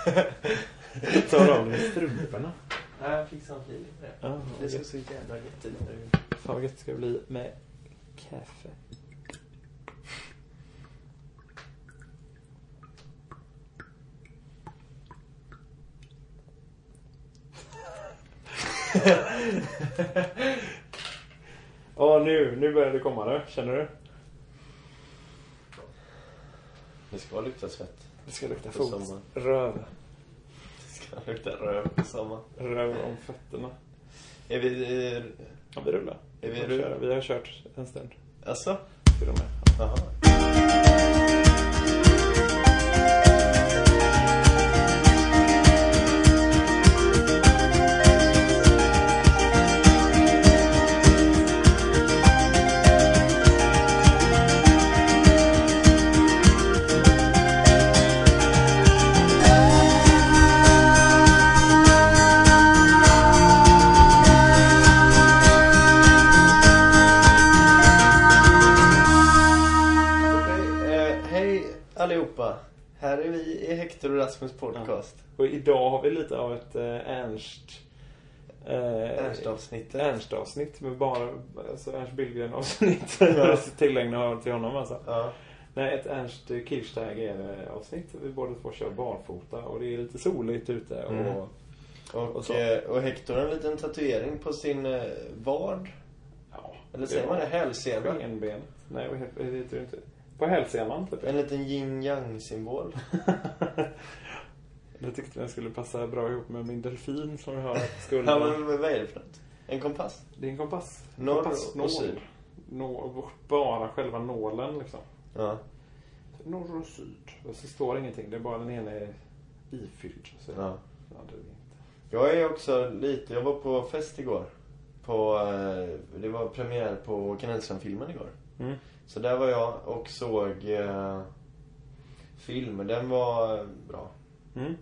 Tar av dig strumporna. Nej, jag fick samtidigt det. Ja, det ska så jävla gött. Fan vad gött det ska bli med kaffe. Ja, nu börjar det komma nu, känner du? Det ska lukta svett. Det ska lukta På fot. sommaren. Röv. Det ska lukta röv på sommaren. Röv om fötterna. Är vi... Ja, vi rullar. Vi har kört en stund. Alltså? Till och med. Jaha. Allihopa, här är vi i Hector och Rasmus podcast. Ja. Och idag har vi lite av ett Ernst-avsnitt med bara Ernst Billgren-avsnitt tillägnat till honom alltså. Ja. Nej, ett Ernst Kirchsteiger-avsnitt. Vi båda två kör barfota och det är lite soligt ute och Hector har en liten tatuering på sin vard. Ja. Eller säger man det? Hälsena? Skenbenet. Nej, det heter det inte. På hälsenan typ. En liten yin-yang-symbol. Jag tyckte den skulle passa bra ihop med min delfin som jag har skulden. Ja, men vad är det för något? En kompass? Det är en kompass. Norr kompass, och syd. Bara själva nålen liksom. Ja. Norr och syd. Och så står ingenting. Det är bara den ena är ifylld. Så ja. Ja, det är inte. Jag är också lite... Jag var på fest igår. Det var premiär på Kanelström-filmen igår. Mm. Så där var jag och såg filmen. Den var bra. Mm.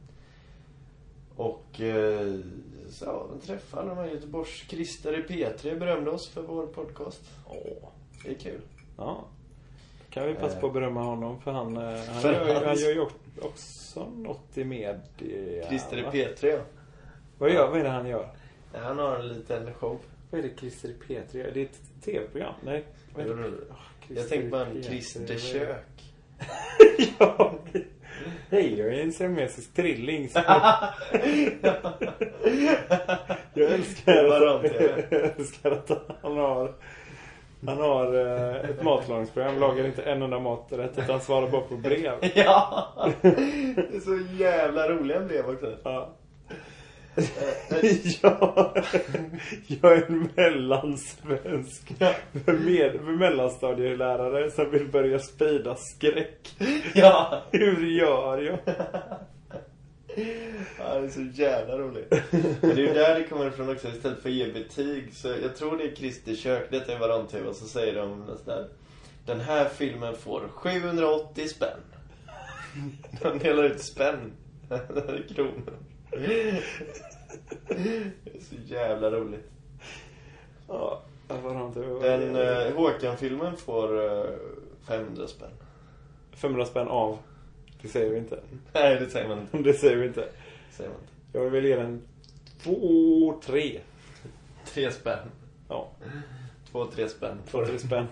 Och så träffade alla de här Göteborgs Christer i P3 berömde oss för vår podcast. Det är kul. Ja. Kan vi passa på att berömma honom för han gör ju också något i media. Christer i P3, ja. Vad är det han gör? Han har en liten show. Vad är det Christer i P3? Det är ett tv-program. Nej. Jag tänkte bara en Christer kök. Ja. Hej, jag är en siamesisk trilling. Jag älskar att han har ett matlagningsprogram. Lagar inte en enda maträtt utan svarar bara på brev. Ja. Det är så jävla roliga brev också. Ja. Ja, jag är en mellansvensk mellanstadielärare som vill börja sprida skräck. Ja. Hur gör jag? Ja, det är så jävla roligt. Men det är ju där det kommer ifrån också. Istället för att ge betyg, så jag tror det är Christer kök. Detta är Varann-TV. Och så säger de sådär: den här filmen får 780 spänn. De delar ut spänn. Kronor. Det är så jävla roligt. Ja, Håkan-filmen får 500 spänn. 500 spänn av. Det säger vi inte. Nej, det säger man inte. Det säger vi inte. Jag vill ge den 2-3. 3 spänn. Ja. 2-3 spänn. 2-3 spänn.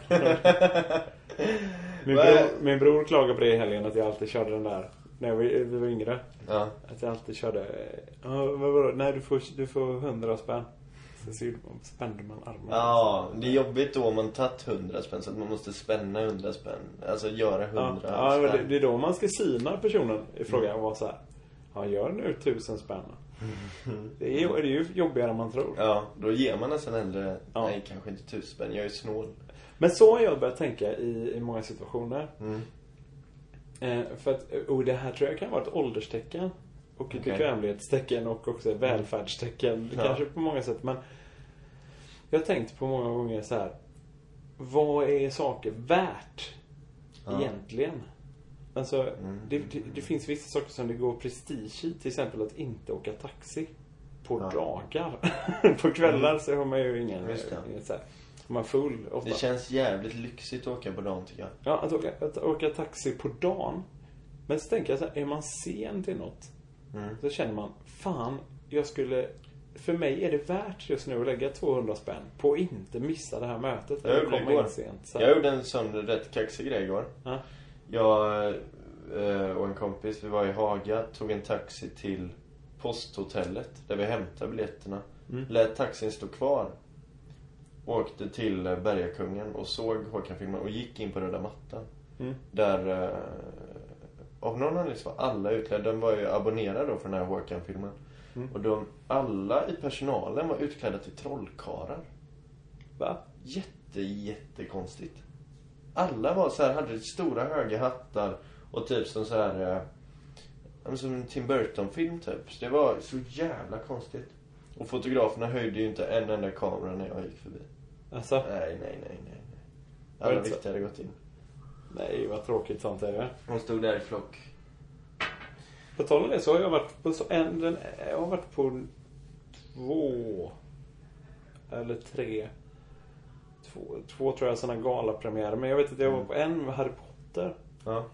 Min bror klagade på det i helgen att jag alltid körde den där när vi var yngre. Ja. Att jag alltid körde nej, du får 100 spänn. Så spände man armarna. Ja, det är jobbigt då om man tagit 100 spänn. Så att man måste spänna 100 spänn. Alltså göra 100 spänn. Ja, det är då man ska syna personen i frågan och vara så här: ja, gör nu 1000 spänn. Det är ju jobbigare än man tror. Ja, då ger man nästan äldre. Ja. Nej, kanske inte 1000 spänn, jag är snål. Men så har jag börjat tänka i många situationer. För att, och det här tror jag kan vara ett ålderstecken och ett bekvämlighetstecken och också ett välfärdstecken. Kanske på många sätt. Men jag har tänkt på många gånger så här: vad är saker värt egentligen? Alltså, det finns vissa saker som det går prestige i. Till exempel att inte åka taxi på dagar. På kvällar så har man ju ingen så här, man full ofta. Det känns jävligt lyxigt att åka på dagen, tycker jag. Ja, att åka taxi på dagen. Men så tänker jag så här: är man sen till något Så känner man, fan, för mig är det värt just nu att lägga 200 spänn på att inte missa det här mötet. Jag gjorde en sån rätt kaxig grej igår. Jag och en kompis, vi var i Haga, tog en taxi till posthotellet där vi hämtade biljetterna. Lät taxin stå kvar. Åkte till Bergakungen och såg Håkan-filmen och gick in på röda mattan. Där av någon anledning var alla utklädda. De var ju abonnerade då för den här Håkan-filmen. Och alla i personalen var utklädda till trollkarlar. Va? Jättekonstigt. Alla var så här, hade stora höga hattar och typ som så här som en Tim Burton-film typ. Så det var så jävla konstigt. Och fotograferna höjde ju inte en enda kamera när jag gick förbi. Alltså? Nej. Alla viktiga hade gått in. Nej, vad tråkigt sånt är det. Hon stod där i flock. På tal om det så har jag varit på jag har varit på 2 eller 3 två tror jag såna galapremiärer, men jag vet att jag var på en med Harry Potter. Ja.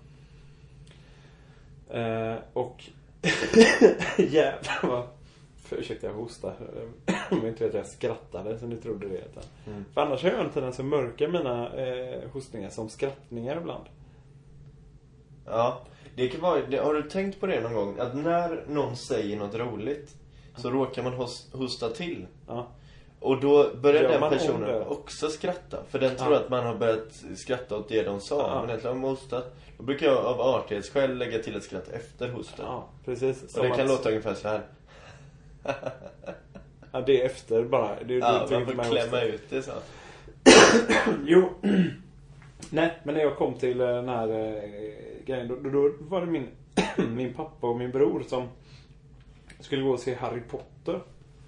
Och jävlar vad ursäkta jag hosta. Men inte vet jag skrattade som ni trodde det. För annars har jag en tendens att mörka mina hostningar som skrattningar ibland. Ja, det kan vara, har du tänkt på det någon gång? Att när någon säger något roligt så råkar man hosta till. Ja. Och då börjar den personen också skratta. För den tror att man har börjat skratta åt det de sa. Men egentligen har man hostat. Då brukar jag av artighetsskäl lägga till ett skratt efter hosten. Ja, precis. Och det kan låta ungefär så här. Ja, det är efter bara. Man får klämma ut det så. Jo. Nej, men när jag kom till den här grejen då var det min pappa och min bror som skulle gå och se Harry Potter.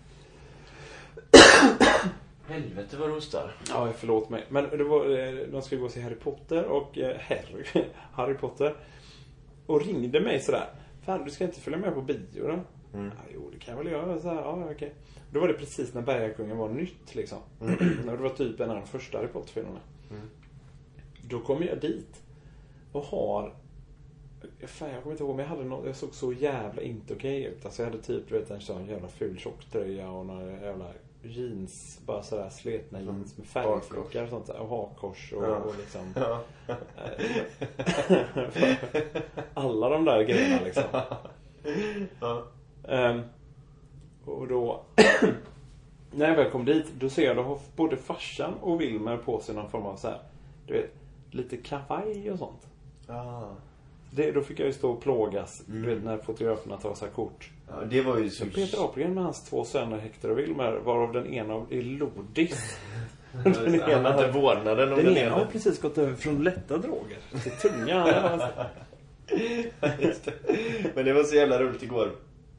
Helvete vad hostar. Ja, förlåt mig. Men det var, de skulle gå och se Harry Potter och Harry Potter. Och ringde mig sådär. Fan, du ska inte följa med på bio då? Ja, jo, det kan jag väl göra. Så här, ja, okej. Då var det precis när Bergakungen var nytt liksom. Och det var typ en av de första Harry Potter-filmerna. Då kom jag dit och har... Fan, jag kommer inte ihåg, men jag såg så jävla inte okej ut. Alltså jag hade typ, du vet, en sån jävla ful tjocktröja och några jävla jeans, bara sådär sletna jeans med färgflockar och sånt där, och hakkors och liksom alla de där grejerna liksom. Och då när jag väl kom dit, då ser jag då både farsan och Wilmer på sig någon form av så här, du vet, lite kavaj och sånt. Då fick jag ju stå och plågas, du vet, när fotograferna tar så här kort. Ja, det var ju så... Peter Apelgren med hans 2 söner, Hector och Wilmer, varav den ena är Lodis. Den ena hade vårdnaden om den ena. Har precis gått över från lätta droger till tunga. Just det. Men det var så jävla roligt igår.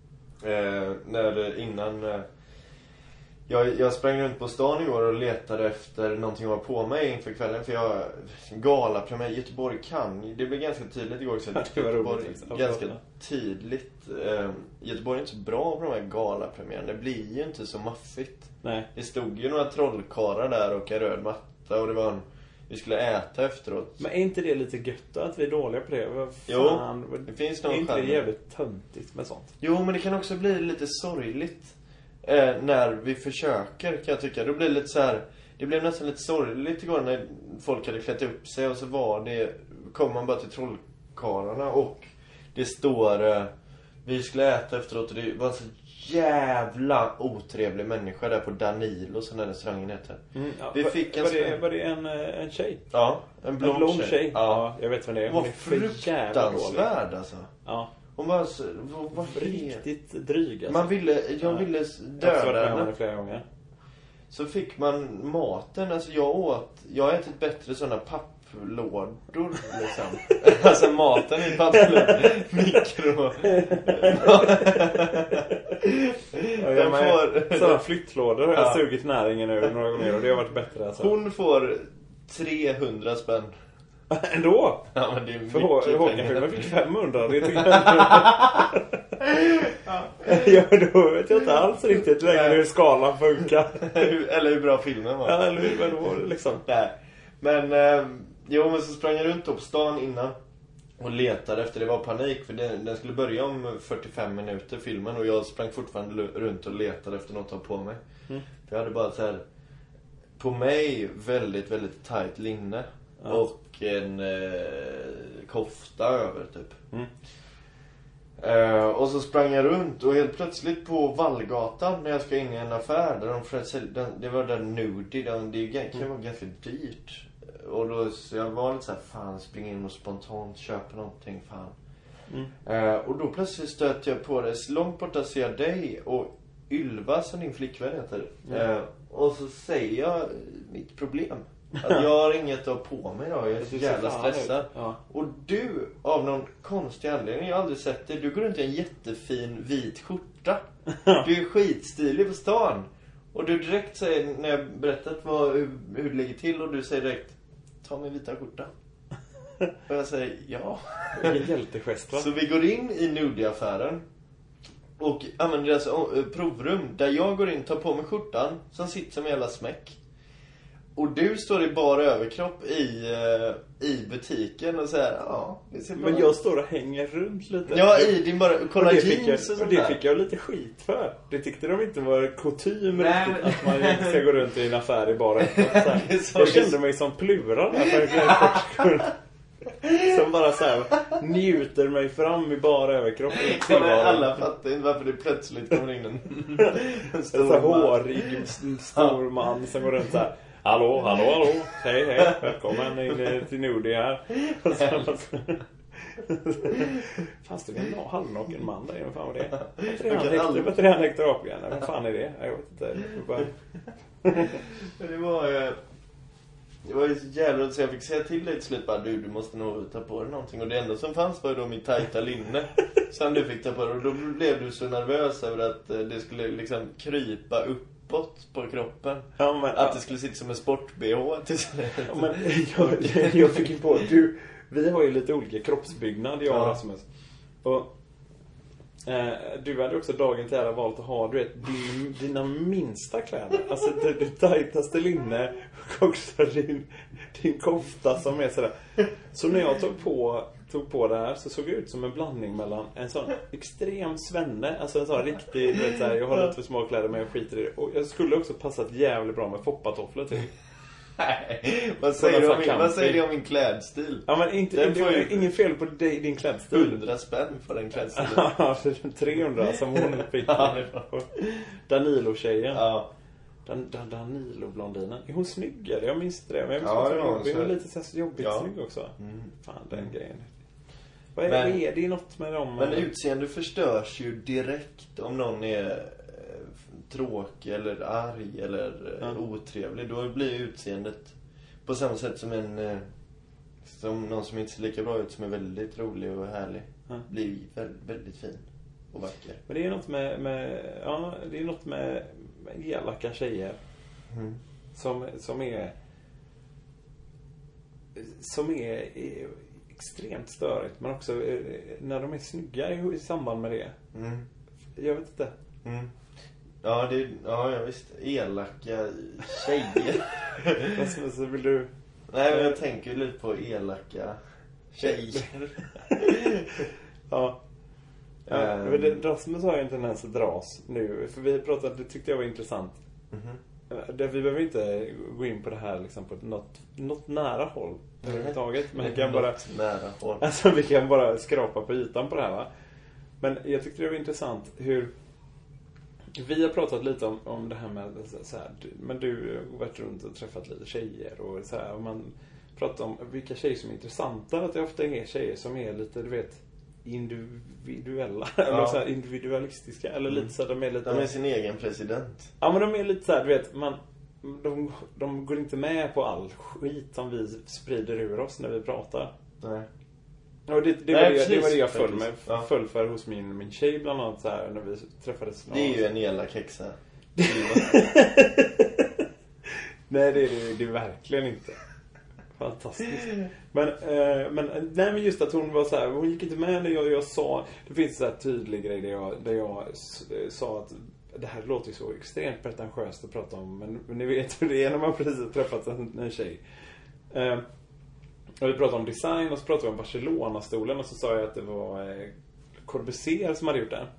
Innan... Jag sprang runt på stan igår och letade efter någonting att ha på mig inför kvällen. För jag galapremiär Göteborg kan. Det blev ganska tydligt igår också. Göteborg ganska tydligt. Göteborg är inte så bra på de här galapremiären. Det blir ju inte så maffigt. Nej. Det stod ju några trollkarlar där och en röd matta. Och det var vi skulle äta efteråt. Men är inte det lite gött att vi är dåliga på det? Fan, jo, det finns någon inte det jävligt töntigt med sånt? Jo, men det kan också bli lite sorgligt. När vi försöker, kan jag tycka. Då blir det lite så här. Det blev nästan lite sorgligt igår när folk hade klätt upp sig. Och så kom man bara till trollkarlarna. Och det står vi skulle äta efteråt. Och det var en så jävla otrevlig människa där på Danilo, som den restaurangen heter. Vi fick var det en tjej? Ja, en blond tjej. Ja, jag vet vad det är. Hon var fruktansvärd alltså. Ja. Hon var riktigt dryg alltså. Jag ville döda henne flera gånger. Så fick man maten. Alltså jag har ätit bättre sådana papplådor liksom. Alltså maten i papplådor. Mikro. Sådana flyttlådor har jag sugit näringen nu några gånger. Och det har varit bättre alltså. Hon får 300 spänn. Ändå? Ja, men det är mycket för Håkan fick 500. Det är ja, då vet jag inte alls riktigt längre hur skalan funkar. Eller hur bra filmen var. Ja, eller hur var det liksom. Nej. Men, men så sprang jag runt på stan innan. och letade efter, det var panik för den skulle börja om 45 minuter filmen och jag sprang fortfarande runt och letade efter något att ha på mig. För jag hade bara så här på mig väldigt, väldigt tajt linne och en kofta över typ. Och så sprang jag runt och helt plötsligt på Vallgatan när jag ska in i en affär där det var där Nudie, det kan vara ganska dyrt. Och då så jag var lite så här, fan, spring in och spontant köpa någonting, fan. Och då plötsligt stötte jag på det. Långt borta ser jag dig och Ylva som din flickvän heter. Och så säger jag mitt problem. Att jag har inget att ha på mig idag. Jag är så jävla stressad. Och du, av någon konstig anledning, jag har aldrig sett det. Du går runt i en jättefin vit skjorta. Du är skitstilig på stan. Och du direkt säger, när jag berättat hur det ligger till, och du säger direkt, ta min vita skjorta. Och jag säger, ja. Vilken hjältegest, va? Så vi går in i Nudie-affären och använder deras provrum där jag går in, tar på mig skjortan som sitter som en jävla smäck. Och du står i bara överkropp i butiken och säger, ja, det ser bra. Men jag står och hänger runt lite. Ja, i din bara, kolla jeans och sånt det fick jag lite skit för. Det tyckte de inte var kutym riktigt, att man inte ska gå runt i en affär i bara jag kände mig som plura där som bara så här njuter mig fram i bara överkropp. Alla fattar inte varför det plötsligt kommer in en stor hårig stor man som går runt så här. Hallå, hej, välkommen till Nudie här. Fanns det en halvnaken man där? Vad fan var det? Vad är han Hector Apien? Vad fan är det? Jag vet inte. Det var ju så jävla så jag fick säga till dig till slut bara, du måste nog ta på dig någonting. Och det enda som fanns var ju då min tajta linne som du fick ta på dig. Och då blev du så nervös över att det skulle liksom krypa uppåt på kroppen. Ja, men, att det skulle sitta som en sport-BH till ja, men jag fick ju på vi har ju lite olika kroppsbyggnad, jag och Rasmus. Och du hade också dagen till ära valt att ha dina minsta kläder. Alltså det tajtaste linne och också din kofta som är sådär. Så när jag tog på det här så såg det ut som en blandning mellan en sån extrem svenne, alltså en sån riktig, jag har lite för små kläder men jag skiter i det. Och jag skulle också passat jävligt bra med foppatofflor till. Nej, vad säger du om min klädstil? Ja, men ingen fel på din klädstil. 100 spänn för den klädstilen. Ja, 300 som hon fick. Danilo-tjejen. Ja. Danilo-blondinen. Är hon snyggare? Jag minns det. Men hon är lite så jobbigt snygg också. Fan, den grejen. Vad är det något med dem? Men utseende förstörs ju direkt om någon är tråkig eller arg eller otrevlig. Då blir utseendet på samma sätt som någon som inte ser lika bra ut, som är väldigt rolig och härlig, blir väldigt, väldigt fin och vacker. Men det är något med elaka tjejer som är extremt störigt, men också när de är snygga i samband med det. Jag vet inte. Ja, visst. Elaka tjejer. Så vill du... Nej, men jag tänker lite på elaka tjejer. Ja. Rasmus har ju en tendens att dras nu. För vi pratade, det tyckte jag var intressant. Vi behöver inte gå in på det här liksom, på något nära håll överhuvudtaget. Men vi kan bara nära håll. Alltså vi kan bara skrapa på ytan på det här, va? Men jag tyckte det var intressant hur vi har pratat lite om det här med så här, men du har varit runt och träffat lite tjejer och så här, och man pratar om vilka tjejer som är intressanta, att det ofta är tjejer som är lite, du vet, individuella eller så här individualistiska eller lite så här, de är sin egen president. Ja, men de är lite så här, du vet, de går inte med på all skit som vi sprider ur oss när vi pratar. Nej. Och det var det jag föll för hos min tjej bland annat så här, när vi träffades. Det är ju en elak häxa. Nej, det är verkligen inte. Fantastiskt. Men just att hon var så här, hon gick inte med när jag sa, det finns så här tydlig grej där jag sa att det här låter ju så extremt pretentiöst att prata om, men ni vet hur det är när man precis har träffat en tjej. Och vi pratade om design och så pratade vi om Barcelona-stolen. Och så sa jag att det var Corbusier som hade gjort den.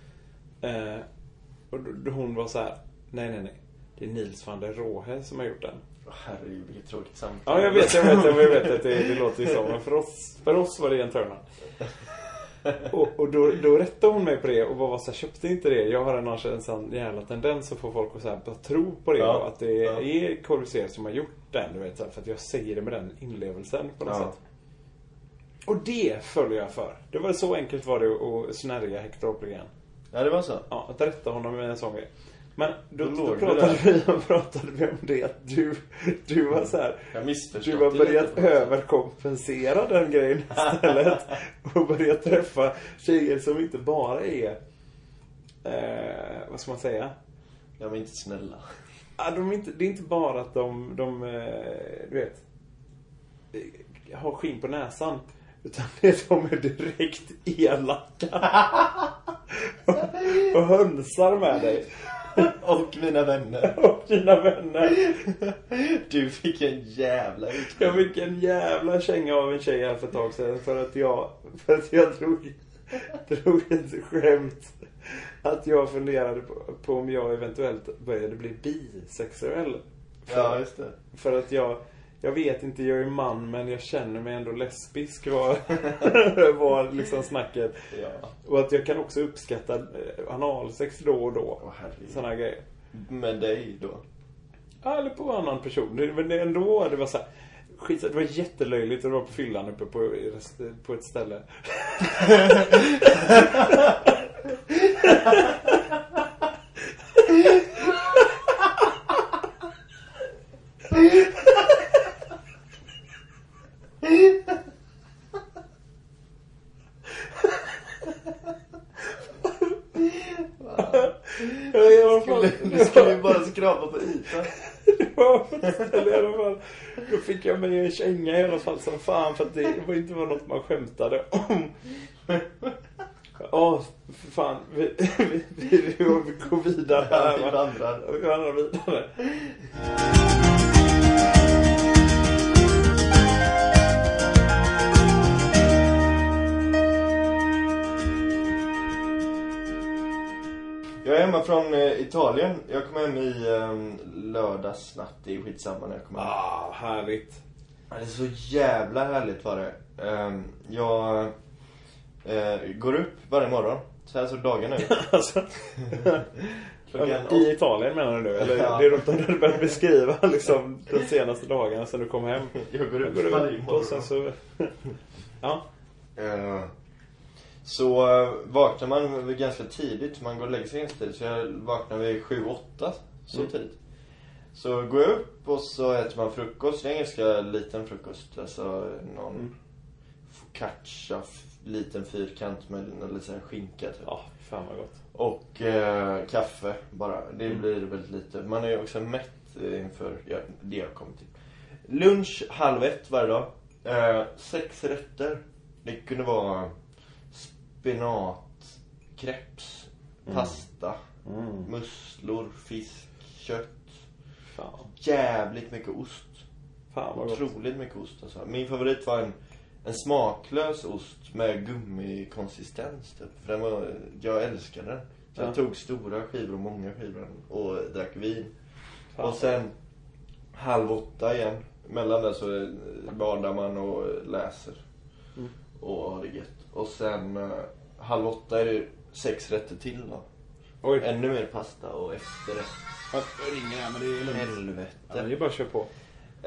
Och då hon var så här: nej. Det är Nils van der Rohe som har gjort den. Herregud, vilket tråkigt samtal. Ja, jag vet att det låter ju så. Men för oss var det en törna. Och då rättade hon mig på det och var så här: köpte inte det. Jag har en sån jävla tendens att få folk att så här, tro på det. Ja, och att det är Corbusier som har gjort den, du vet, så här, för att jag säger det med den inlevelsen på något sätt. Och det följer jag för. Det var så enkelt var det att snärja Hector Obligan. Ja, det var så. Ja, att rätta honom med en sån grej. Men då pratade vi om det att du var så här, du har börjat överkompensera den grejen istället och börjat träffa tjejer som inte bara är vad ska man säga? De är inte snälla. Ja, det är inte bara att de du vet, har skinn på näsan, utan de är direkt elaka och hönsar med dig. Och mina vänner. Och dina vänner. Du fick en jävla utgång. Jag fick en jävla känga av en tjej här för ett tag sedan. För att jag drog ett skämt. Att jag funderade på om jag eventuellt började bli bisexuell. Ja, just det. För att jag vet inte, jag är man, men jag känner mig ändå lesbisk var liksom snacket. Ja. Och att jag kan också uppskatta analsex då och då. Såna grejer. Med dig då? Ja, eller på annan person. Men ändå, det var så här, skit, det var jättelöjligt att vara på fyllan uppe på ett ställe. Du skulle ju bara skrapa på ytan. I alla fall. Då fick jag mig en känga i alla fall som fan, för att det var inte något man skämtade om. För fan. Vi går vidare här. Vi vandrar vidare. Jag är hemma från Italien. Jag kom hem i lördags natt. Det är skitsamma när jag kom hem. Härligt. Det är så jävla härligt var det. Jag går upp varje morgon. Så här så dagarna ut. Alltså, i Italien menar du nu? Eller ja. Det är runt om du börjar beskriva liksom, de senaste dagarna sedan du kom hem. Jag går upp varje morgon. Och sen så... Ja. Så vaknar man ganska tidigt. Man går och lägger sig ganska tidigt. Så jag vaknar vid 7-8 så tidigt. Så går jag upp och så äter man frukost. Det är en ganska liten frukost. Alltså någon focaccia, liten fyrkant med lite så här skinka typ. Ja, fan vad gott. Och kaffe bara. Det blir väldigt lite. Man är ju också mätt inför det jag kommer till. Lunch 12:30 varje dag. 6 rätter. Det kunde vara spinat, kreps, pasta, musslor, fisk, kött. Fan. Jävligt mycket ost. Fan vad otroligt mycket ost alltså. Min favorit var en smaklös ost med gummikonsistens typ. För den var, jag älskade den. Så jag tog stora skivor och många skivor och drack vin. Fan. Och sen 7:30 igen. Mellan där så badar man och läser. Och har det gött. Och sen 7:30 är det 6 rätter till då. Oj. Ännu mer pasta och efterrätt. Jag ringer här, men det är helvete. Ja, det är bara att köra på.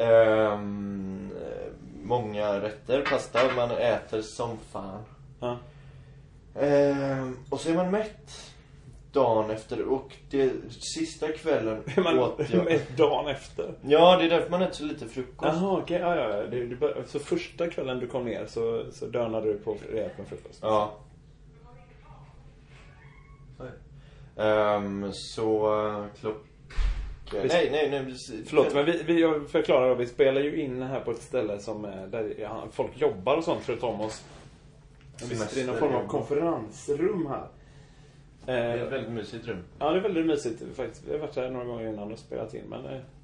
Många rätter, pasta. Man äter som fan. Ja. Och så är man mätt dagen efter. Och det sista kvällen åt jag. Mätt dagen efter? Ja, det är därför man äter så lite frukost. Jaha, okej. Ja. Så första kvällen du kom ner så dönade du på rejält med frukost. Ja. Så Nej. Förlåt, men vi förklarar att vi spelar ju in här på ett ställe som där folk jobbar och sånt för att ta om oss. Det är någon form av konferensrum här. Det är ett väldigt mysigt rum. Ja, det är väldigt mysigt faktiskt. Vi har varit här några gånger innan och spelat in, men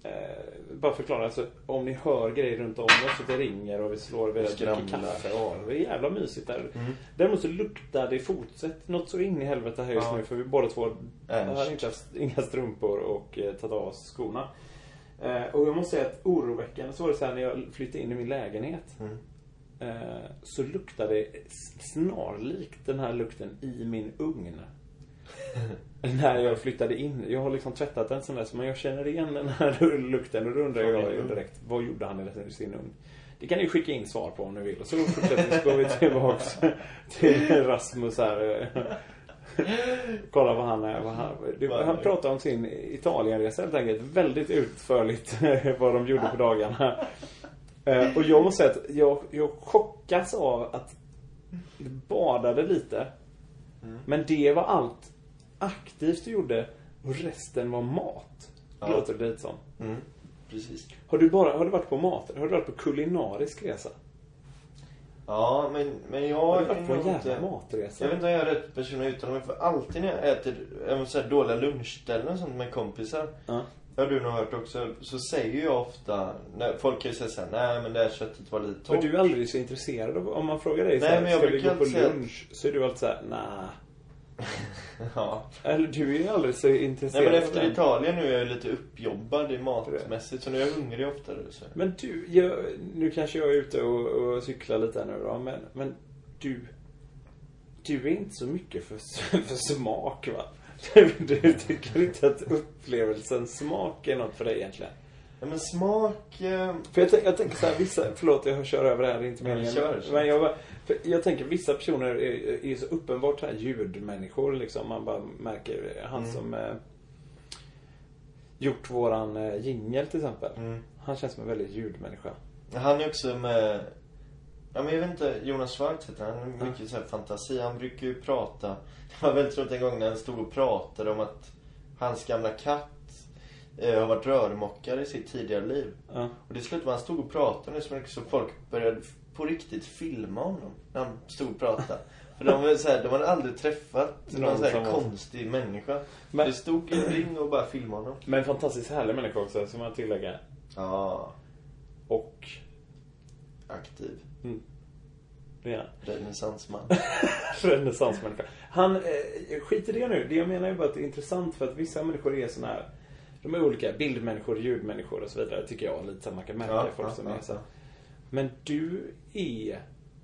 bara förklara, alltså, om ni hör grejer runt om oss och det ringer och vi slår vid kaffe, det är jävla mysigt där. Däremot så luktar det fortsätt något så in i helvete här just nu, för vi båda två har inte haft inga strumpor och tagit av oss skorna. Och jag måste säga att oroväckande så var det så här, när jag flyttade in i min lägenhet så luktade det snarlikt den här lukten i min ugn. När jag flyttade in. Jag har liksom tvättat den sen dess, men jag känner igen den här lukten. Och då undrar jag ju direkt, vad gjorde han i sin ugn? Det kan ni skicka in svar på om ni vill. Och så fortsätter vi tillbaks till Rasmus här. Kolla vad han pratar om sin Italienresa helt enkelt. Väldigt utförligt vad de gjorde på dagarna. Och jag måste säga att jag chockas av att det badade lite. Men det var allt aktivt du gjorde och resten var mat. Låter det lite som. Precis. Har du varit på mat? Har du varit på kulinarisk resa? Ja, men jag har varit på en jävla matresa. Jag vet inte om jag är rätt person att uttala mig, för alltid när jag äter dåliga lunchställen och sånt med kompisar. Ja, du har hört också, så säger jag ofta, när folk kan ju säga såhär, nej men det här köttet var lite torrt. Men du är aldrig så intresserad av, om man frågar dig nej, men jag ska vi gå på säga lunch, så är du alltid såhär, nej. Ja. Eller du är ju aldrig så intresserad. Nej, men efter Italien nu är jag lite uppjobbad i matmässigt, så nu är jag hungrig oftare. Så. Men du, nu kanske jag är ute och cyklar lite nu då, men du är inte så mycket för smak, va? Du tycker inte att upplevelsen smak är något för dig egentligen? Ja, men smak... För jag tänker så här, förlåt jag kör över det här, det är inte meningen. Men jag tänker vissa personer är så uppenbart här ljudmänniskor liksom. Man bara märker, han som gjort våran jingle till exempel. Han känns som en väldigt ljudmänniska. Han är också med... Ja, men jag vet inte, Jonas Schwartz heter han. Mycket så här fantasi. Han brukar ju prata. Jag var väldigt trott en gång när han stod och pratade om att hans gamla katt har varit rörmokare i sitt tidigare liv. Och det slutade, han stod och pratade så mycket så folk började på riktigt filma honom när han stod och pratade. För de hade aldrig träffat någon så här konstig människa. Men det stod i en ring och bara filmade honom. Men fantastiskt härlig människa också, som man tillägger. Ja. Och aktiv. Ja. Renässansman. Renässansmänniska. Han skiter det nu. Det jag menar är bara att det är intressant, för att vissa människor är såna här, de är olika bildmänniskor, ljudmänniskor och så vidare, tycker jag lite så man kan märka folk som är så. Men du är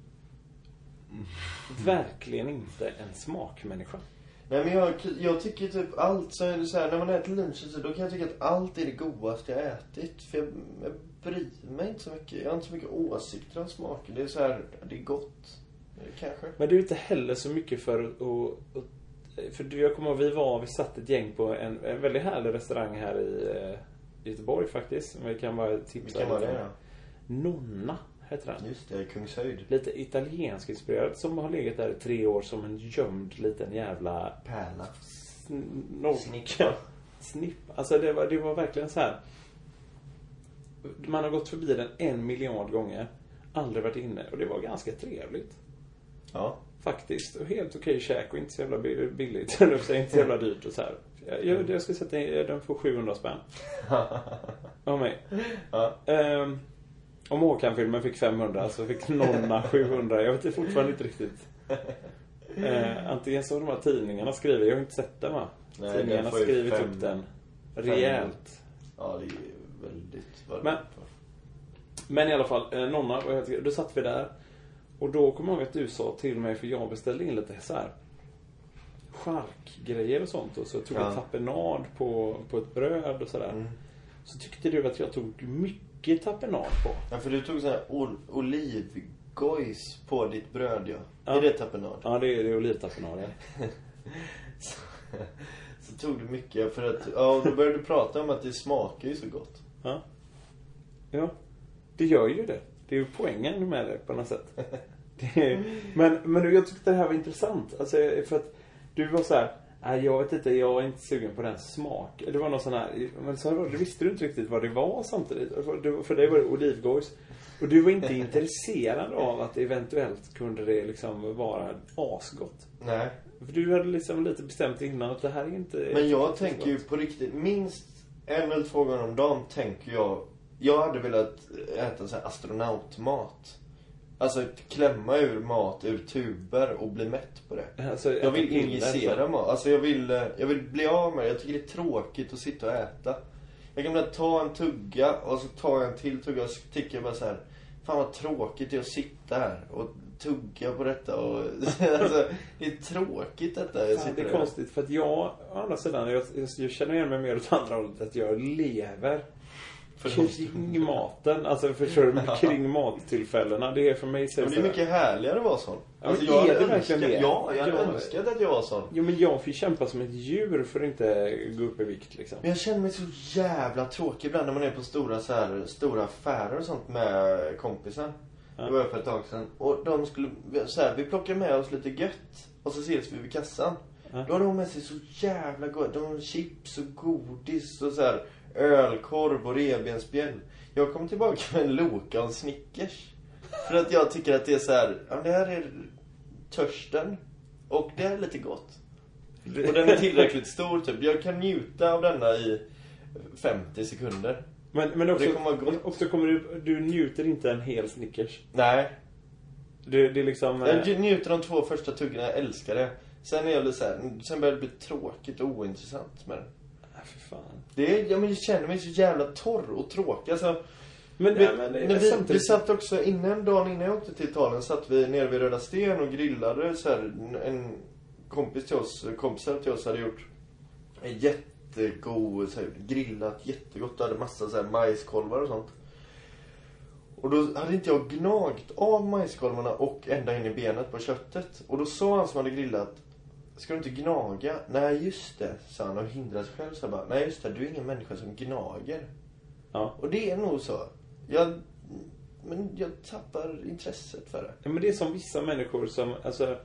verkligen inte en smakmänniska. Nej, men jag tycker typ allt så är det så här, när man äter lunch så då kan jag tycka att allt är det godaste jag ätit, för jag bryr mig inte så mycket. Jag har inte så mycket åsikter om smaken. Det är så här, det är gott kanske. Men du är inte heller så mycket för jag kommer ihåg, vi satt ett gäng på en väldigt härlig restaurang här i Göteborg faktiskt. Vi kan bara tipsa. Vilken var det då? Nonna heter den. Just det, Kungshöjd. Lite italiensk inspirerad, som har legat där i 3 år som en gömd liten jävla pärla. Snipp. Alltså det var verkligen så här. Man har gått förbi den 1 miljard gånger. Aldrig varit inne. Och det var ganska trevligt. Ja. Faktiskt. Och helt okej käk och inte så jävla billigt. Inte så jävla dyrt och så här. Jag ska sätta den för 700 spänn. Av mig. Ja. Om Håkan-filmen fick 500 så fick Nonna 700. Jag vet fortfarande inte riktigt. Antingen så har de här tidningarna skrivit. Jag har inte sett den, va? Nej, tidningarna har skrivit upp den rejält. Ja, det är väldigt men i alla fall, Nonna, då satt vi där. Och då kommer jag ihåg att du sa till mig, för jag beställde in lite så här charkgrejer och sånt. Och så tog jag tapenad på ett bröd och sådär. Så tyckte du att jag tog mycket tapenad på. Ja, för du tog sån här olivgojs på ditt bröd, ja. Är det tapenad? Ja, det är olivtapenad, ja. Så tog du mycket för att... Ja, då började du prata om att det smakar ju så gott. Ja, det gör ju det. Det är ju poängen med det på något sätt. Men jag tyckte det här var intressant. Alltså, för att du var så här, jag vet inte, jag är inte sugen på den smak. Det var någon sån här, men så du visste du inte riktigt vad det var samtidigt. För dig var det olivgojs. Och du var inte intresserad av att eventuellt kunde det liksom vara asgott. Nej. För du hade liksom lite bestämt innan att det här är inte... Men jag tänker ju på riktigt, minst 1 eller 2 gånger om dagen tänker jag hade velat äta en sån här astronautmat. Alltså klämma ur mat ur tuber och bli mätt på det. Alltså, jag vill injicera mat. Alltså jag vill bli av med det. Jag tycker det är tråkigt att sitta och äta. Jag kan bara ta en tugga och så tar jag en till tugga och så tycker jag bara så här: fan vad tråkigt det är att sitta här och tugga på detta och alltså, det är tråkigt detta. Fan, det är konstigt för att jag å andra sidan jag känner igen mig mer åt andra hållet, att jag lever kring maten, alltså förstår du, kring mattillfällena. Det är för mig så. Men det är mycket härligare att vara sån. Alltså, jag är det verkligen det? Ja, jag önskade att jag var sån. Jo, men jag får kämpa som ett djur för att inte gå upp i vikt liksom. Men jag känner mig så jävla tråkig ibland när man är på stora affärer och sånt med kompisen. Ja. Det var för ett tag sedan. Och de skulle så här, vi plockar med oss lite gött och så ses vi vid kassan. Ja. Då har de med sig så jävla gott. De har chips och godis och så här ölkorv och revbensspjäll. Jag kommer tillbaka med en Loka och en Snickers. För att jag tycker att det är så här, ja, det här är törsten och det är lite gott. Och den är tillräckligt stor typ. Jag kan njuta av denna i 50 sekunder. Men också kommer du njuter inte en hel Snickers. Nej. Det är liksom jag njuter de 2 första tuggorna, jag älskar det. Sen är jag lite så här, sen börjar det bli tråkigt och ointressant med det. För fan. Jag känner mig så jävla torr och tråkig. Alltså, vi satt också dagen innan jag åkte till Italien, satt vi nere vid Röda Sten och grillade så här, en kompisar till oss hade gjort en jättegod så här, grillat jättegott, hade massa så här majskolvar och sånt. Och då hade inte jag gnagt av majskolvarna och ända in i benet på köttet. Och då sa han som hade grillat: ska du inte gnaga? Nej just det, sa han och hindrade sig själv. Så bara, nej just det, du är ingen människa som gnager. Ja. Och det är nog så. Men jag tappar intresset för det. Ja, men det är som vissa människor som, alltså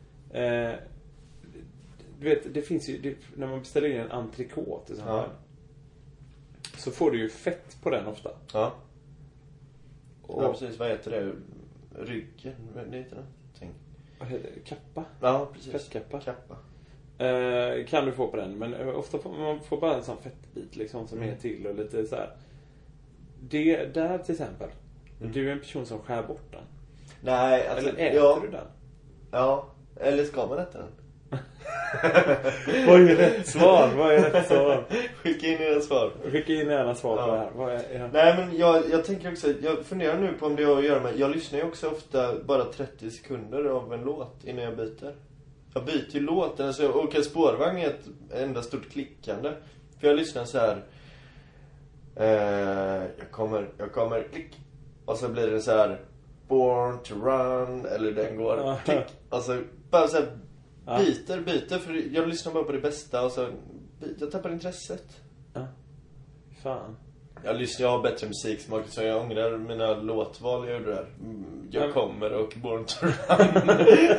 du vet, det finns ju när man beställer in en entrecote till exempel, så får du ju fett på den ofta. Ja. Och precis, vad heter det? Ryggen, det heter det. Vad heter det? Kappa? Ja, precis. Fettkappa. Kappa. Kan du få på den, men ofta får man bara en sån fettbit liksom som är till och lite så här. Det där till exempel. Du är en person som skär bort den. Nej, alltså, eller äter du den? Ja, eller ska man äta den? Vad är rätt svar? Skicka in era svar. På det här. Nej, men jag tänker också, jag funderar nu på om det har att göra med, jag lyssnar ju också ofta bara 30 sekunder av en låt innan jag byter. Jag byter ju låten, alltså jag åker spårvagn är ett enda stort klickande. För jag lyssnar så här. Jag kommer, klick. Och så blir det så här Born to Run, eller den går klick. Alltså bara så här byter, för jag lyssnar bara på det bästa och så jag tappar intresset. Ja. Fan. Jag har bättre musiksmak, så jag ångrar mina låtval jag gjorde där. Jag kommer och Born to Run.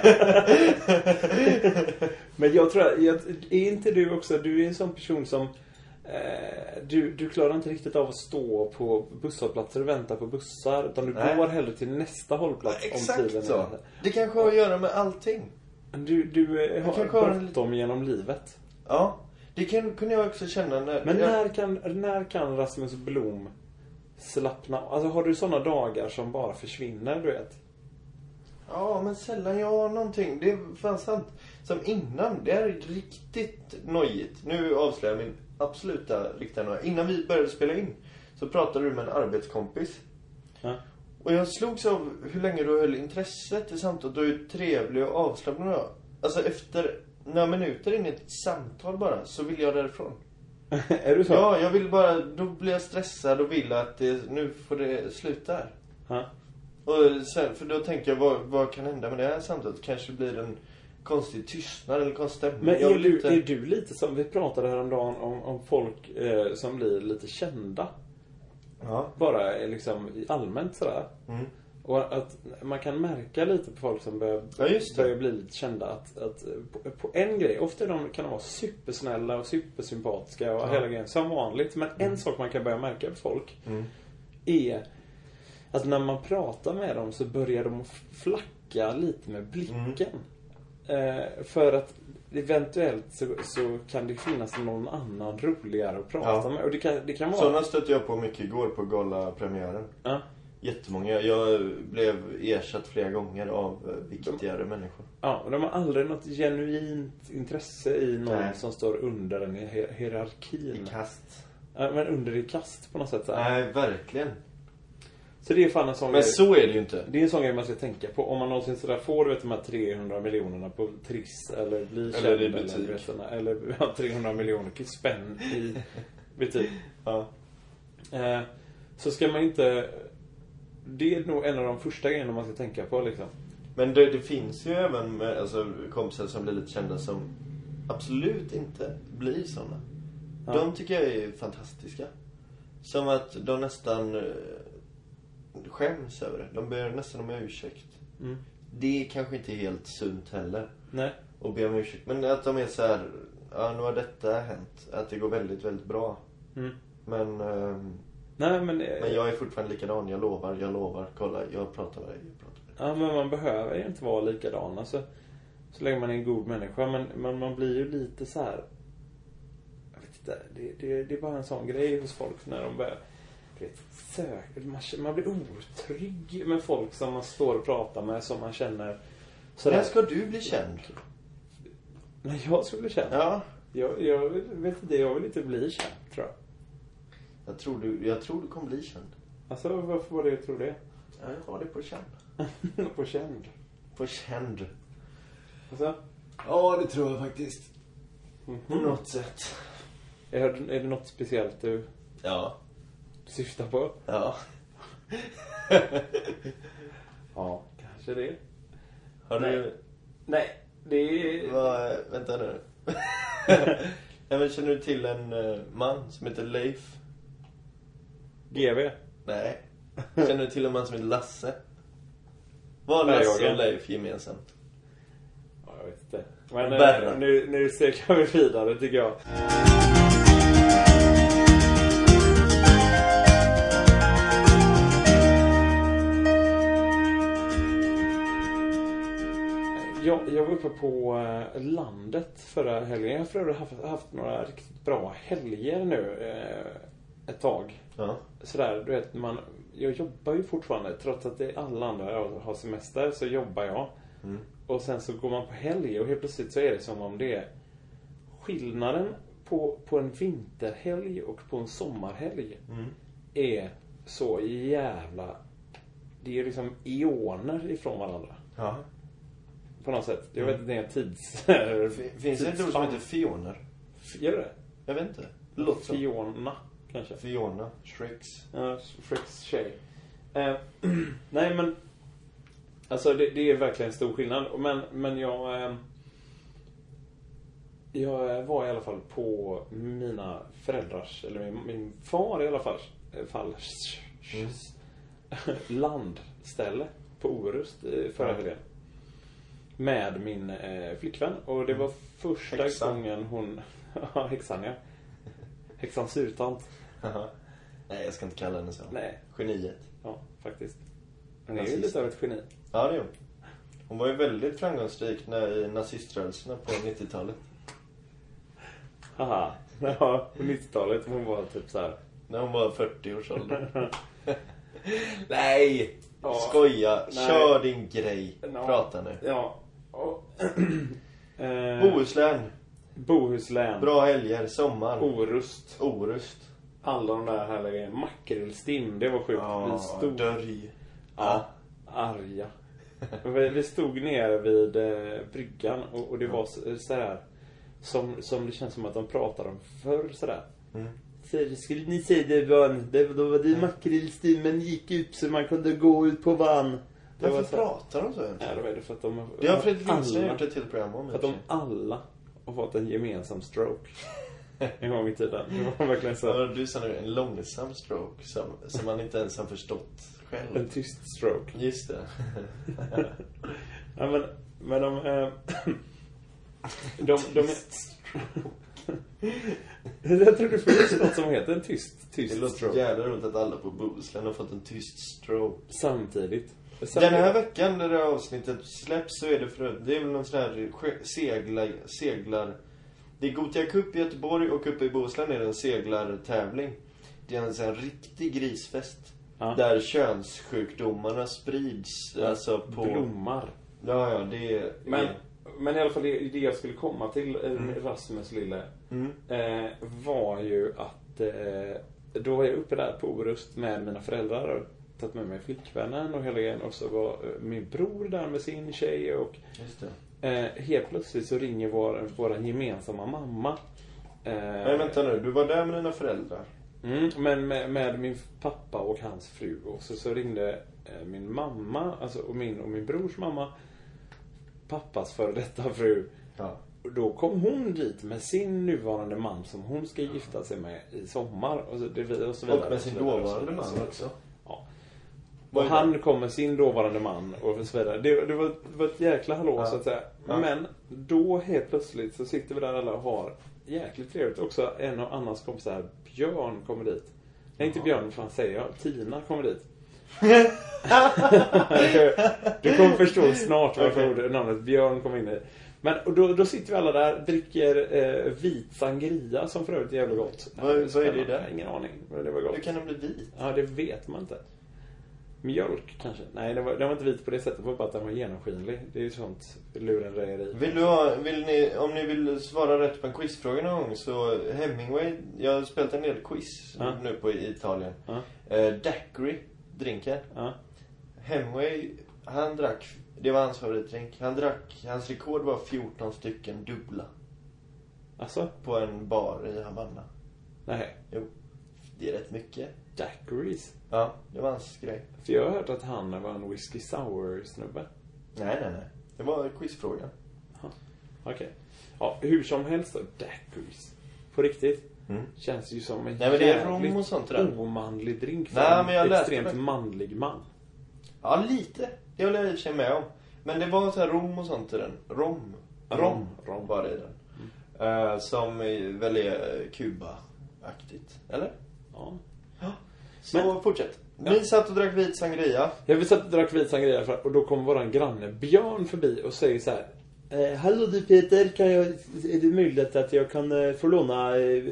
Men jag tror är inte du också, du är en sån person som du klarar inte riktigt av att stå på busshållplatser och vänta på bussar, utan du går hellre till nästa hållplats. Exakt om tiden så. Det kanske har att göra med allting. Du har bråttom genom livet. Ja, det kunde jag också känna Men när kan Rasmus Blom slappna? Alltså har du såna dagar som bara försvinner, du vet? Ja, men sällan jag har någonting. Det är fan sant. Som innan, det är riktigt nojigt. Nu avslöjar jag min absoluta riktiga nöjd. Innan vi började spela in så pratade du med en arbetskompis. Ja. Och jag slogs av hur länge du höll intresset i samtalet. Du är trevlig och avslappnad. Alltså efter några minuter in i ett samtal bara, så vill jag därifrån. Är du så? Ja, jag vill bara, då blir jag stressad och vill att nu får det sluta här. Ja. Och sen, för då tänker jag, vad kan hända med det här samtalet? Kanske blir en konstig tystnad eller konstig stämning. Men är du lite som vi pratade häromdagen om folk som blir lite kända? Ja. Bara liksom allmänt sådär. Mm. Och att man kan märka lite på folk som börjar bli lite kända att på en grej, ofta kan de vara supersnälla och supersympatiska och hela grejen som vanligt. Men en sak man kan börja märka på folk är att när man pratar med dem så börjar de flacka lite med blicken. För att eventuellt så kan det finnas någon annan roligare att prata med. Och det kan vara... Sådana stötte jag på mycket igår på gala-premiären. Ja. Jättemånga. Jag blev ersatt flera gånger av viktigare människor. Ja, och de har aldrig något genuint intresse i någon som står under en hierarkin. I kast. Ja, men under i kast på något sätt. Så Nej, verkligen. Så det är fan en sån Men grej. så är det ju inte. Det är en sån grej man ska tänka på. Om man någonsin sådär får de här 300 miljonerna på Triss eller blir känd eller i butik. eller 300 miljoner spänn i butik. Ja. Så ska man inte... Det är nog en av de första grejerna man ska tänka på liksom. Men det finns ju även kompisar som blir lite kända som absolut inte blir såna. Ja. De tycker jag är fantastiska. Som att de nästan skäms över det. De ber nästan om ursäkt. Mm. Det är kanske inte helt sunt heller. Nej. Och be om ursäkt. Men att de är så här, ja, nu har detta hänt. Att det går väldigt, väldigt bra. Mm. Men Men jag är fortfarande likadan. Jag lovar. Kolla, jag pratar med dig. Ja, men man behöver ju inte vara likadan. Alltså, så länge man är en god människa. Men man blir ju lite så här. Jag vet inte. Det är bara en sån grej hos folk när de börjar man blir otrygg med folk som man står och pratar med, som man känner sådär. När ska du bli känd? När jag ska bli känd? Ja. Jag vet inte, jag vill inte bli känd, tror jag. Jag tror du kommer bli känd. Alltså, varför var det jag tror det? Ja, jag har det på känd. På känd? På känd. Alltså? Ja, det tror jag faktiskt. Mm-hmm. På något sätt. Är det något speciellt du syftar på? Ja. Ja, kanske det. Har du... Nej, det är... Vänta nu. Nej, men känner du till en man som heter Leif? GV? Nej. Känner du till en man som heter Lasse? Vad har Lasse och Leif gemensamt? Ja, jag vet inte. Men nu söker vi vidare, tycker jag. Jag var uppe på landet förra helgen. Jag har för övrigt haft några riktigt bra helger nu ett tag. Ja. Sådär, du vet, jag jobbar ju fortfarande. Trots att alla andra har semester så jobbar jag. Mm. Och sen så går man på helg och helt plötsligt så är det som om det är skillnaden på en vinterhelg och på en sommarhelg är så jävla... Det är liksom eoner ifrån varandra. Ja. På något sätt. Jag vet inte, det är en tids... Finns det ett ord som heter Fioner? Gör det? Jag vet inte. Fiona, kanske. Fiona, Shreks. Ja, Shreks tjej. Nej, men... Alltså, det är verkligen stor skillnad. Men jag var i alla fall på mina föräldrars... Eller min far i alla fall. Landställe på Orust förra helgen. Med min flickvän. Och det var första gången hon... Ja, häxan, ja. Häxan surtant. Nej, jag ska inte kalla henne så. Nej. Geniet. Ja, faktiskt. Hon är ju lite av ett geni. Ja, det är hon. Hon var ju väldigt framgångsrik i naziströrelserna på 90-talet. Haha. Ja, på 90-talet hon var typ så här. När hon var 40 års ålder. Nej! Ja. Skoja. Nej. Kör din grej. Ja. Prata nu. Ja. Bohuslän. Bra helger. Sommar. Orust. Alla de där härliga makrillstim. Det var sjukt. Ja, Vi stod... dörj. Ja, arga. Vi stod ner vid bryggan och det var så här som det känns som att de pratar om förr sådär. Så skulle ni säga då var det makrillstimmen gick ut så man kunde gå ut på vann. Varför pratar de så egentligen? Ja, det var det för att de... Det har Fredrik Lindström gjort ett till program om. För att de alla har fått en gemensam stroke. En gång i tiden. Det var verkligen så. Ja, du sa nu en långsam stroke som man inte ens har förstått själv. En tyst stroke. Just det. Ja, men de jag tror det finns något som heter en tyst det låter stroke. jävla roligt att alla på Bohuslän har fått en tyst stroke. Samtidigt. Den här veckan när det här avsnittet släpps så är det är väl någon sån här seglar. Det är Gothia Cup i Göteborg och uppe i Bohuslän är det en seglartävling. Det är en sån här riktig grisfest. Ja. Där könssjukdomarna sprids. Alltså på... Blommar. Ja, det är... Men i alla fall det jag skulle komma till Rasmus lille var ju att då var jag uppe där på Orust med mina föräldrar och tagit med mig flickvännen och hela grejen. Och så var min bror där med sin tjej och just det. Helt plötsligt så ringer vår gemensamma mamma. Men vänta nu, du var där med dina föräldrar? Men med min pappa och hans fru. Och så ringde min mamma, alltså och min brors mamma, pappas före detta fru. Ja. Då kom hon dit med sin nuvarande man som hon ska gifta sig med i sommar. Och så vidare. Och med sin dåvarande man också. Ja. Och han kom med sin dåvarande man och så vidare. Det var ett jäkla hallå så att säga. Ja. Men då helt plötsligt så sitter vi där alla och har jäkligt trevligt. Också en av annans kompisar, Björn, kommer dit. Nej, inte Björn, fan säger jag. Tina kommer dit. Du kommer förstå snart varför namnet Björn kommer in i. Men och då sitter vi alla där, dricker vit sangria som för övrigt är jävligt gott. Vad är det där? Ingen aning. Det var gott. Hur kan den bli vit? Ja, det vet man inte. Mjölk kanske. Nej, den var inte vit på det sättet. Det var bara att den var genomskinlig. Det är ju sånt lurendrejeri. Om ni vill svara rätt på en quizfråga någon gång så Hemingway, jag har spelat en del quiz nu på Italien. Daiquiri drinken. Hemingway, han drack, det var hans favoritdrink. Hans rekord var 14 stycken dubbla. Alltså? På en bar i Havanna. Nej. Jo, det är rätt mycket. Daiquiris? Ja, det var hans grej. För jag har hört att han var en whisky sour snubbe. Nej. Det var quizfrågan. Okej. Ja, hur som helst då, daiquiris. På riktigt. Känns ju som en jävligt omanlig drink för en extremt manlig man. Ja, lite. Det håller jag i och för sig med om. Men det var så här rom och sånt i den. Rom var det i den. Som väl är Kuba-aktigt. Eller? Ja. Så fortsätt. Vi satt och drack vit sangria. Ja, vi satt och drack vit sangria och då kom våran granne Björn förbi och säger så här: hallå du Peter, är det möjligt att jag kan få låna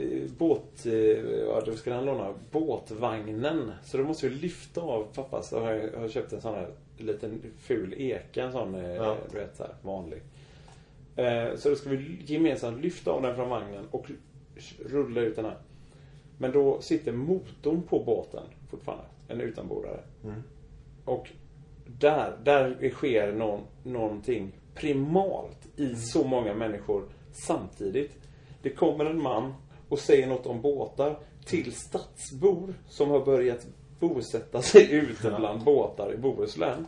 då ska han låna båtvagnen. Så då måste vi lyfta av pappa. Så har jag köpt en sån här liten ful eka, en sån du vet så här, vanlig. Så då ska vi gemensamt lyfta av den från vagnen och rulla ut den här. Men då sitter motorn på båten fortfarande, en utanbordare. Och där sker någonting primalt i så många människor samtidigt. Det kommer en man och säger något om båtar till stadsbor som har börjat bosätta sig ute bland båtar i Bohuslän.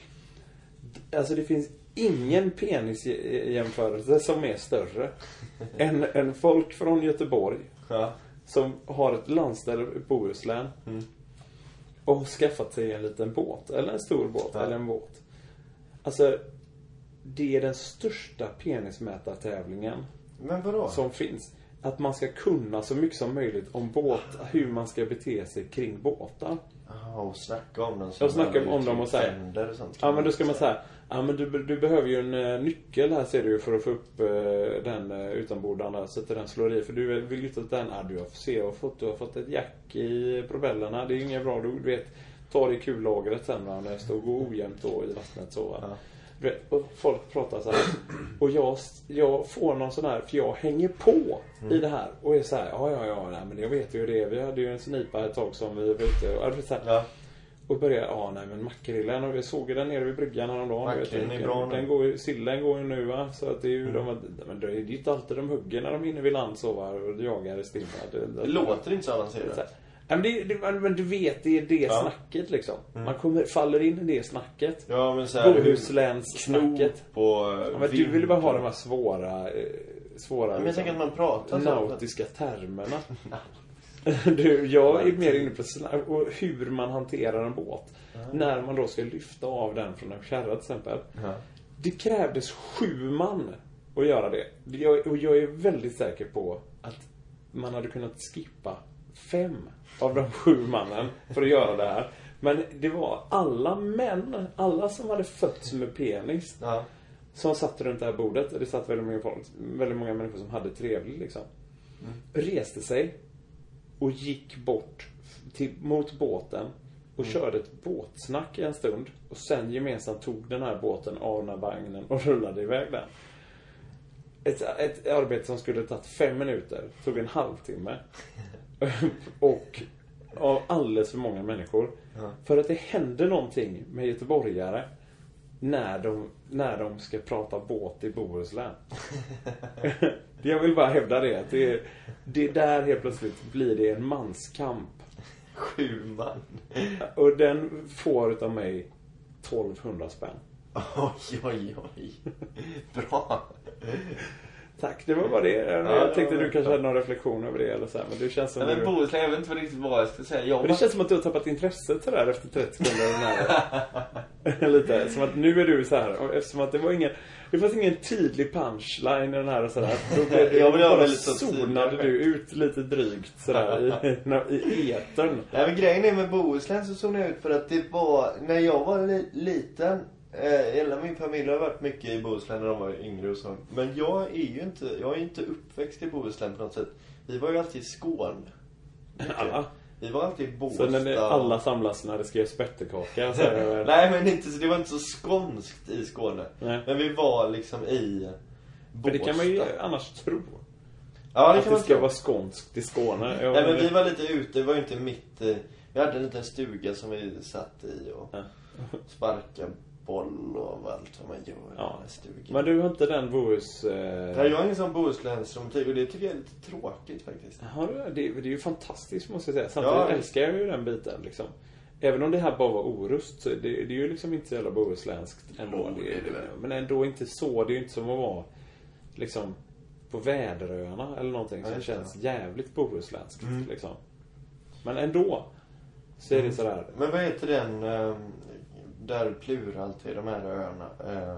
Alltså det finns ingen penisjämförelse som är större än folk från Göteborg som har ett landställe i Bohuslän och har skaffat sig en liten båt eller en stor båt eller en båt. Alltså det är den största penismätartävlingen som finns. Att man ska kunna så mycket som möjligt om hur man ska bete sig kring båtar. Och snacka om dem. Och snacka om dem och säga. Ja, men då ska man säga. Ja, men du behöver ju en nyckel här ser du för att få upp den utanbordan där så att den slår i. För du vill ju inte att den du har fått ett jack i propellerna. Det är ju inget bra. Du vet, ta det i kullagret sen när det står och går ojämnt då i vattnet så. Och folk pratar så här. Och jag får någon sån här, för jag hänger på i det här och är så här, nej, men jag vet ju det. Vi hade ju en snipa ett tag som vi var ute och så här, och började, nej men makrillen, och vi såg den nere vid bryggan häromdagen. Makrillen är bra nu. Sillen går ju nu va, så att det är ju men det är ju inte alltid de hugger när de är inne vid land så va, och jagar stimma. Det låter inte så avancerat. Men du vet, det är det snacket liksom. Man faller in i det snacket. Ja, men så här Bohusläns snacket. Men du vill bara ha de här svåra men jag tänker att man pratar nautiska termerna. Jag är mer inne på och hur man hanterar en båt. När man då ska lyfta av den från en kärra till exempel. Det krävdes 7 man att göra det. Och jag är väldigt säker på att man hade kunnat skippa 5 av de 7 mannen för att göra det här. Men det var alla män, alla som hade fötts med penis, som satt runt det här bordet. Och det satt väldigt många människor som hade trevligt liksom. Reste sig och gick bort mot båten och körde ett båtsnack en stund. Och sen gemensamt tog den här båten av den här vagnen och rullade iväg den. Ett arbete som skulle tagit 5 minuter tog en halvtimme. Och av alldeles för många människor. För att det händer någonting med göteborgare när de ska prata båt i Bohuslän. Jag vill bara hävda det. Att det där helt plötsligt blir det en manskamp. 7 man. Och den får utav mig 1200 spänn. Oj. Bra. Tack, det var bara det. Jag tänkte du kanske hade någon reflektion över det eller så här, men det känns som men Bohuslän, jag vet inte riktigt vad jag ska säga. Men det känns som att du har tappat intresset så där efter 30 sekunder. Lite som att nu är du så här, eftersom att det fanns ingen tydlig punchline i den här och så där. Då blev det bara zonade du ut lite drygt så där i etern. Nej, men grejen är med Bohuslän så zonade jag ut för att det var när jag var liten. Hela min familj har varit mycket i Bohuslän när de var yngre och så. Men jag är inte uppväxt i Bohuslän på något sätt. Vi var ju alltid i Skåne. Alla. Vi var alltid i Båstad. Så när alla samlas när det skrevs spettekaka så nej, men inte så, det var inte så skånskt i Skåne. Nej. Men vi var liksom i Båstad. Men det kan man ju annars tro. Ja, det att kan det ska vara skånskt i Skåne. Nej, men vi var lite ute, det var ju inte mitt. Vi hade en liten stuga som vi satt i och sparkade boll och allt vad man gör i den här stugan. Men du har inte den Bohus... Nej, jag har ingen sån Bohusländsromantik och det tycker jag är lite tråkigt faktiskt. Det är ju fantastiskt måste jag säga. Samtidigt älskar jag ju den biten liksom. Även om det här bara var orust så det är ju liksom inte så jävla bohusländskt ändå. Men ändå inte så. Det är ju inte som att vara liksom på Väderöarna eller någonting som känns jävligt bohusländskt liksom. Men ändå så är det sådär. Men vad heter den där pluralt i de här öarna?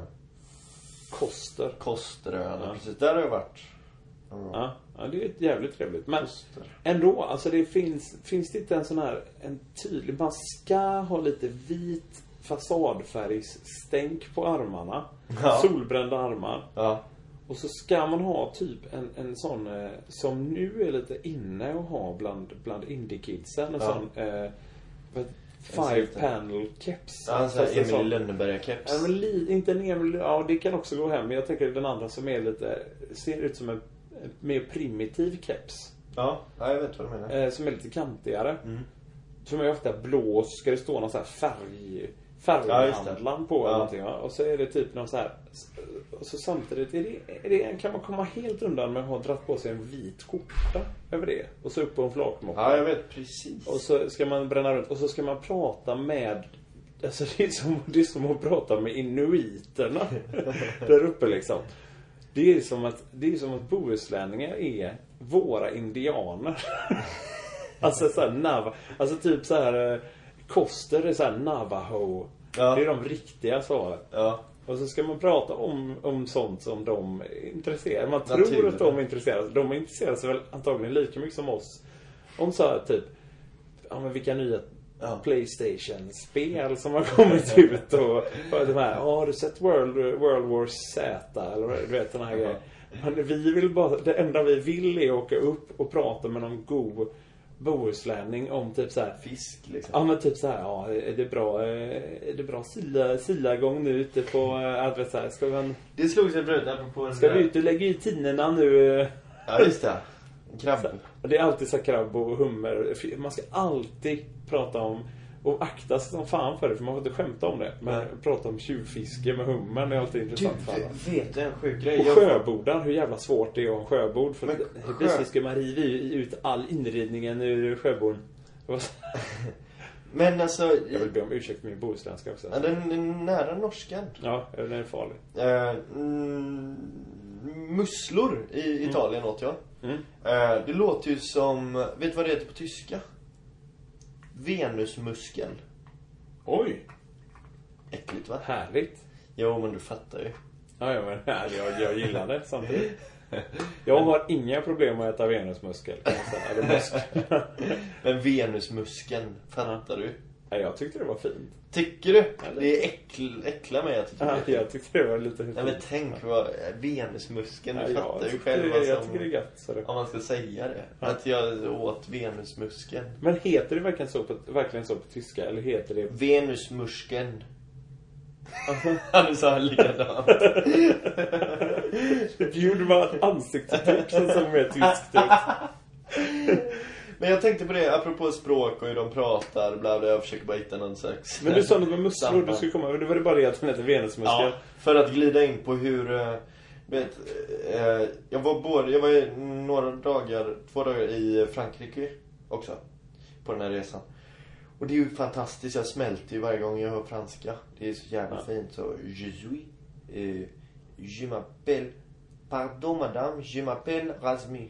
Kosteröarna, precis. Där har jag varit. Ja, det är jävligt trevligt. Men ändå, alltså det finns det inte en sån här en tydlig, man ska ha lite vit fasadfärgsstänk på armarna. Solbrända armar. Och så ska man ha typ en sån som nu är lite inne att ha bland indie-kidsen. En sån 5-panel keps. Alltså Emil Lönneberga-keps. Ja, men inte en Emil... Ja, det kan också gå hem. Men jag tänker den andra som är lite... Ser ut som en mer primitiv keps. Ja, jag vet vad du menar. Som är lite kantigare. Som är ofta blå. Så ska det stå någon så här färghandlan på eller någonting. Ja. Och så är det typ någon så här... Och så samtidigt kan man komma helt undan med att ha dratt på sig en vit skjorta över det. Och så upp på en flakmocka. Ja, jag vet precis. Och så ska man bränna runt. Och så ska man prata med... Alltså det är som att prata med inuiterna. Där uppe liksom. Det är som att bohuslänningar är våra indianer. Alltså så här alltså typ så här Koster är så här Navajo. Ja. Det är de riktiga svaren. Ja. Och så ska man prata om sånt som de är intresserade. Man tror att de är intresserade. De är intresserade sig väl antagligen lika mycket som oss. Om så här typ men vilka nya PlayStation-spel som har kommit ut och de här, har du sett World War Z eller du vet den här grejen. Men vi vill bara, det enda vi vill är åka upp och prata med någon god bohuslänning om typ så här fisk liksom. Ja, men typ så här, är det bra silagång nu ute på adress här. Det slog sig bröd apropå. Ska vi ut och lägga ut tinnerna nu? Ja, just det. Krabb. Det är alltid så krabb och hummer. Man ska alltid prata om och akta sig som fan för det, för man får inte skämta om det. Men prata om tjuvfiske med hummern är alltid intressant för alla. Vet du en sjuk grej? Och sjöbodar, hur jävla svårt det är att ha en sjöbord. För precis ska man riva ut all inredningen ur sjöbord. Men alltså... Jag vill be om ursäkt med min bohuslänska också. Ja, den är nära norskan. Ja, den är farlig. Musslor i Italien åt jag. Det låter ju som... Vet du vad det heter på tyska? Venusmuskel. Oj. Äckligt, va? Härligt. Jo, men du fattar ju. Ja, men jag gillar det samtidigt. Jag har inga problem med att äta venusmuskel. Eller muskel. Men venusmuskeln, fattar du? Ja, jag tyckte det var fint. Tycker du? Det är äckla mig att jag tyckte det var lite fint. Nej, men tänk vad venusmuskeln, du fattar ju själv jag tycker det är gött, så det. Om man ska säga det. Att jag åt venusmuskeln. Men heter det verkligen så på tyska? Eller heter det venusmuskeln? Han sa likadant. Det gjorde bara ett ansiktsuttryck som mer tyskt ut. Men jag tänkte på det, apropå språk och hur de pratar, bla bla, jag försöker bara hitta någon slags... Men du sa något med musslor, du skulle komma, det var det bara det att den heter venusmuskel. Ja, för att glida in på hur... jag var två dagar i Frankrike också, på den här resan. Och det är ju fantastiskt, jag smälter ju varje gång jag hör franska. Det är så jävla fint. Så, je m'appelle, pardon madame, je m'appelle Razmi.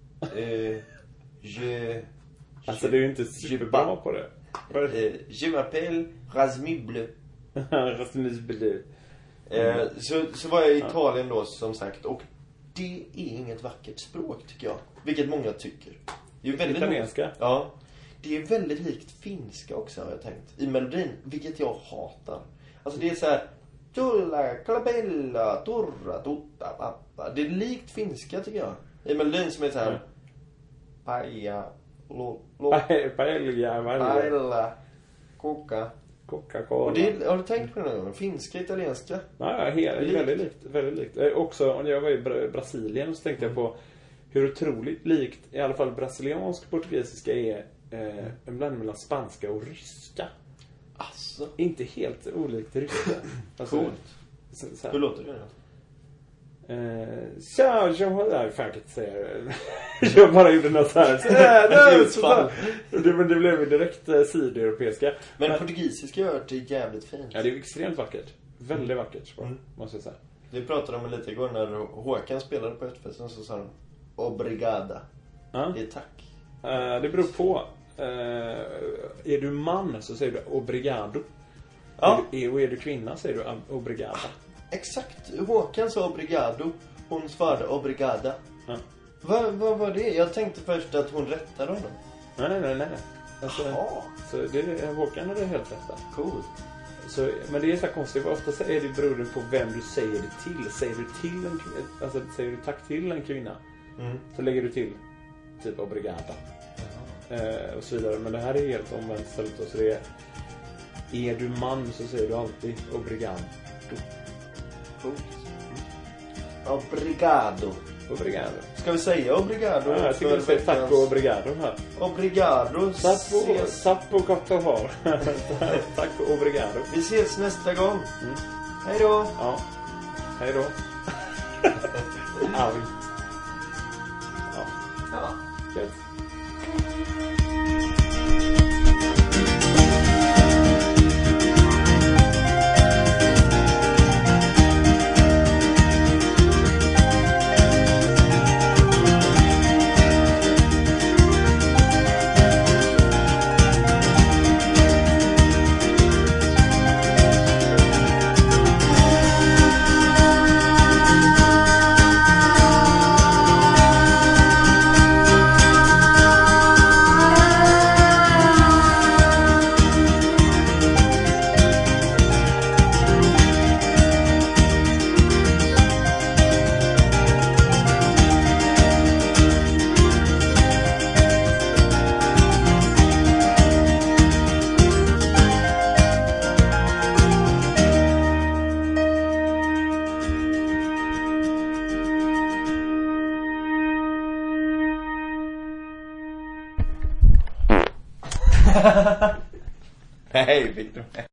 Alltså det är ju inte superbra på det. Je m'appelle Razmi Bleu. Razmi Bleu. Så var jag i Italien då, som sagt. Och det är inget vackert språk, tycker jag. Vilket många tycker. Det är väldigt italienska? Ja. Det är väldigt likt finska också, har jag tänkt. I melodin, vilket jag hatar. Alltså det är så här... Tulla, klabella, turra, tutta, pappa. Det är likt finska, tycker jag. I melodin som är så här... Paella, paella, Coca-Cola. Och det, har du tänkt på det någon gång? Finska, italienska? Ja, väldigt likt. Också, när jag var i Brasilien så tänkte jag på hur otroligt likt, i alla fall brasiliansk portugisiska är en blandning mellan spanska och ryska. Alltså. Inte helt olikt ryska. Alltså, coolt. Hur låter det då? Jag kan inte säga det. Jag bara gjorde något så här. Det blev ju direkt sydeuropeiska. Men portugisiska gör det jävligt fint. Ja, det är extremt vackert. Väldigt vackert, måste jag säga. Vi pratade om det lite igår när Håkan spelade på Östfesten, så sa han obrigada. Det är tack. Det beror på. Är du man så säger du obrigado. Ja. Och är du kvinna säger du obrigada. Exakt, Håkan sa obrigado. Hon svarade obrigada. Vad var det? Jag tänkte först att hon rättade honom. Nej. Alltså, så Håkan hade helt rätt där. Cool. Så, men det är så konstigt. Ofta är det beroende på vem du säger det till. Säger du till en kvinna, alltså säger du tack till en kvinna, så lägger du till typ obrigada. Och så vidare. Men det här är helt omvänt stället. Så det är du man så säger du alltid obrigado. Obrigado. Ska vi säga obrigado? Ja, jag tycker du säger tack och obrigado här. Obrigado. Tack och gott att ha. Tack och obrigado. Vi ses nästa gång. Hej då. Ja. Hej då. Ja. Gött. Hej, Victor.